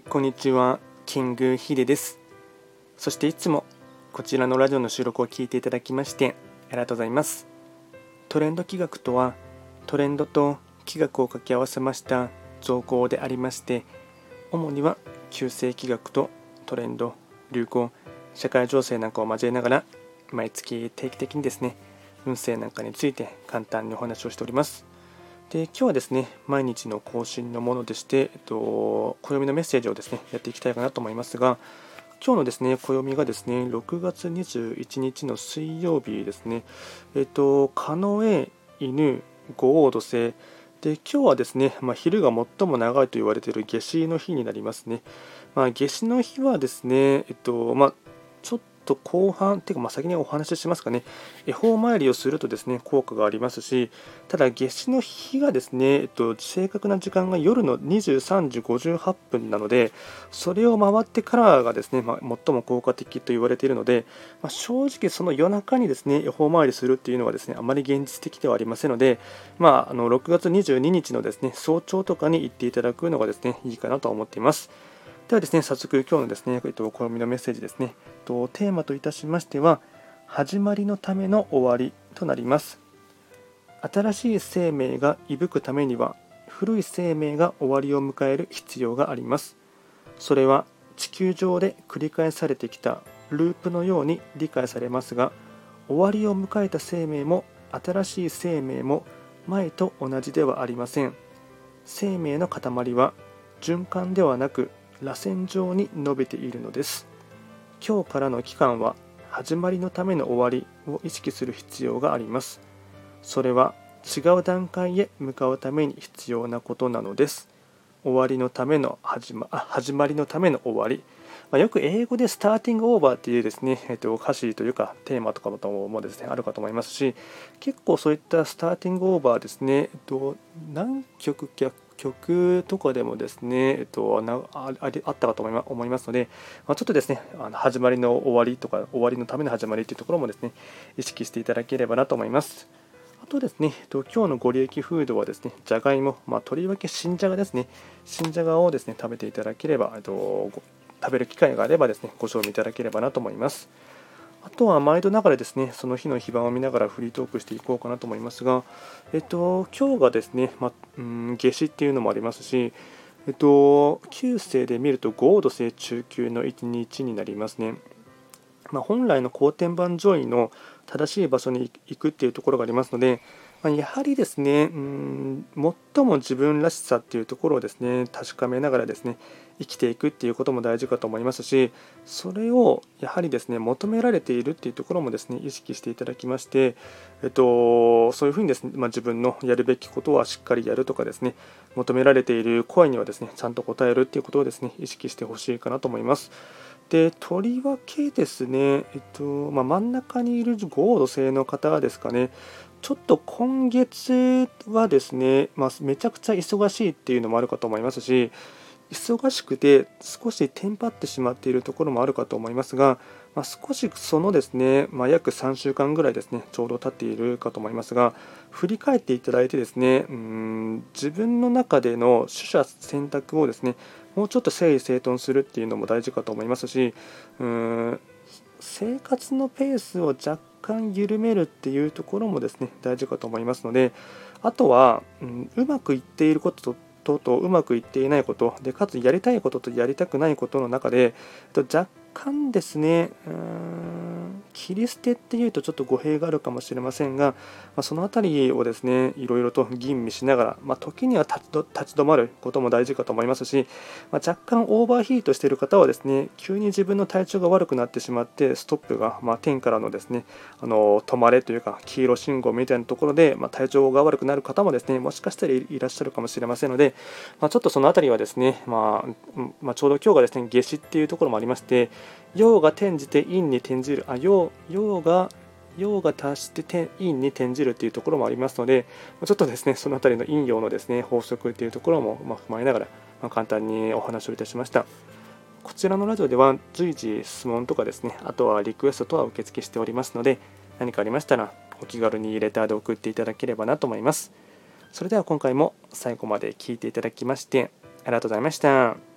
こんにちは、キングヒデです。そしていつもこちらのラジオの収録を聞いていただきましてありがとうございます。トレンド企画とは、トレンドと企画を掛け合わせました造語でありまして、主には旧世企画とトレンド、流行、社会情勢なんかを交えながら、毎月定期的にですね、運勢なんかについて簡単にお話をしております。で、今日はですね、毎日の更新のものでして、暦のメッセージをですね、やっていきたいかなと思いますが、今日のですね、暦がですね、6月21日の水曜日ですね、庚寅、犬、五黄土星、で、今日はですね、昼が最も長いと言われている夏至の日になりますね。夏至の日はですね、ちょっと後半というか、先にお話ししますかね。恵方参りをするとですね、効果がありますし、ただ夏至の日がですね、正確な時間が夜の23時58分なので、それを回ってからがですね、最も効果的と言われているので、正直その夜中にですね、恵方参りするっていうのはですね、あまり現実的ではありませんので、6月22日のですね、早朝とかに行っていただくのがですね、いいかなと思っています。ではですね、早速今日のですね、暦のメッセージですね。テーマといたしましては、始まりのための終わりとなります。新しい生命が息吹くためには、古い生命が終わりを迎える必要があります。それは地球上で繰り返されてきたループのように理解されますが、終わりを迎えた生命も新しい生命も前と同じではありません。生命の塊は循環ではなく螺旋状に伸びているのです。今日からの期間は始まりのための終わりを意識する必要があります。それは違う段階へ向かうために必要なことなのです。終わりのための始まりのための終わり。よく英語でスターティングオーバーっていうですね、歌詞というかテーマとかもですね、あるかと思いますし、結構そういったスターティングオーバーですね、何曲とかでもですね、あったかと思いますので、ちょっとですね、始まりの終わりとか、終わりのための始まりというところもですね、意識していただければなと思います。あとですね、今日のご利益フードはですね、じゃがいも、とりわけ新じゃがですね、新じゃがをですね、食べていただければ、食べる機会があればですね、ご賞味いただければなと思います。あとは毎度ながらですね、その日の非番を見ながらフリートークしていこうかなと思いますが、今日がですね、夏至っていうのもありますし、旧世で見ると合土星中級の1日になりますね。本来の後天板上位の正しい場所に行くっていうところがありますので、やはりですね、最も自分らしさっていうところをですね、確かめながらですね、生きていくっていうことも大事かと思いますし、それをやはりですね、求められているっていうところもですね、意識していただきまして、そういうふうにですね、自分のやるべきことはしっかりやるとかですね、求められている声にはですね、ちゃんと応えるっていうことをですね、意識してほしいかなと思います。で、とりわけですね、真ん中にいるゴード星の方ですかね、ちょっと今月はですね、めちゃくちゃ忙しいっていうのもあるかと思いますし、忙しくて少しテンパってしまっているところもあるかと思いますが、少しそのですね、約3週間ぐらいですね、ちょうど経っているかと思いますが、振り返っていただいてですね、自分の中での取捨選択をですね、もうちょっと整理整頓するっていうのも大事かと思いますし、生活のペースを若干緩めるっていうところもですね、大事かと思いますので、あとは、うまくいっていることとうまくいっていないことで、かつやりたいこととやりたくないことの中で、若干ですね、切り捨てっていうとちょっと語弊があるかもしれませんが、そのあたりをですね、いろいろと吟味しながら、時には立ち止まることも大事かと思いますし、若干オーバーヒートしている方はですね、急に自分の体調が悪くなってしまって、ストップが、天からのですね、止まれというか、黄色信号みたいなところで、体調が悪くなる方もですね、もしかしたらいらっしゃるかもしれませんので、ちょっとそのあたりはですね、ちょうど今日がですね、夏至っていうところもありまして、陽が転じて陰に転じる、陽が達して陰に転じるというところもありますので、ちょっとですね、そのあたりの陰陽のですね、法則というところも踏まえながら、簡単にお話をいたしました。こちらのラジオでは随時質問とかですね、あとはリクエストとは受付しておりますので、何かありましたらお気軽にレターで送っていただければなと思います。それでは今回も最後まで聞いていただきましてありがとうございました。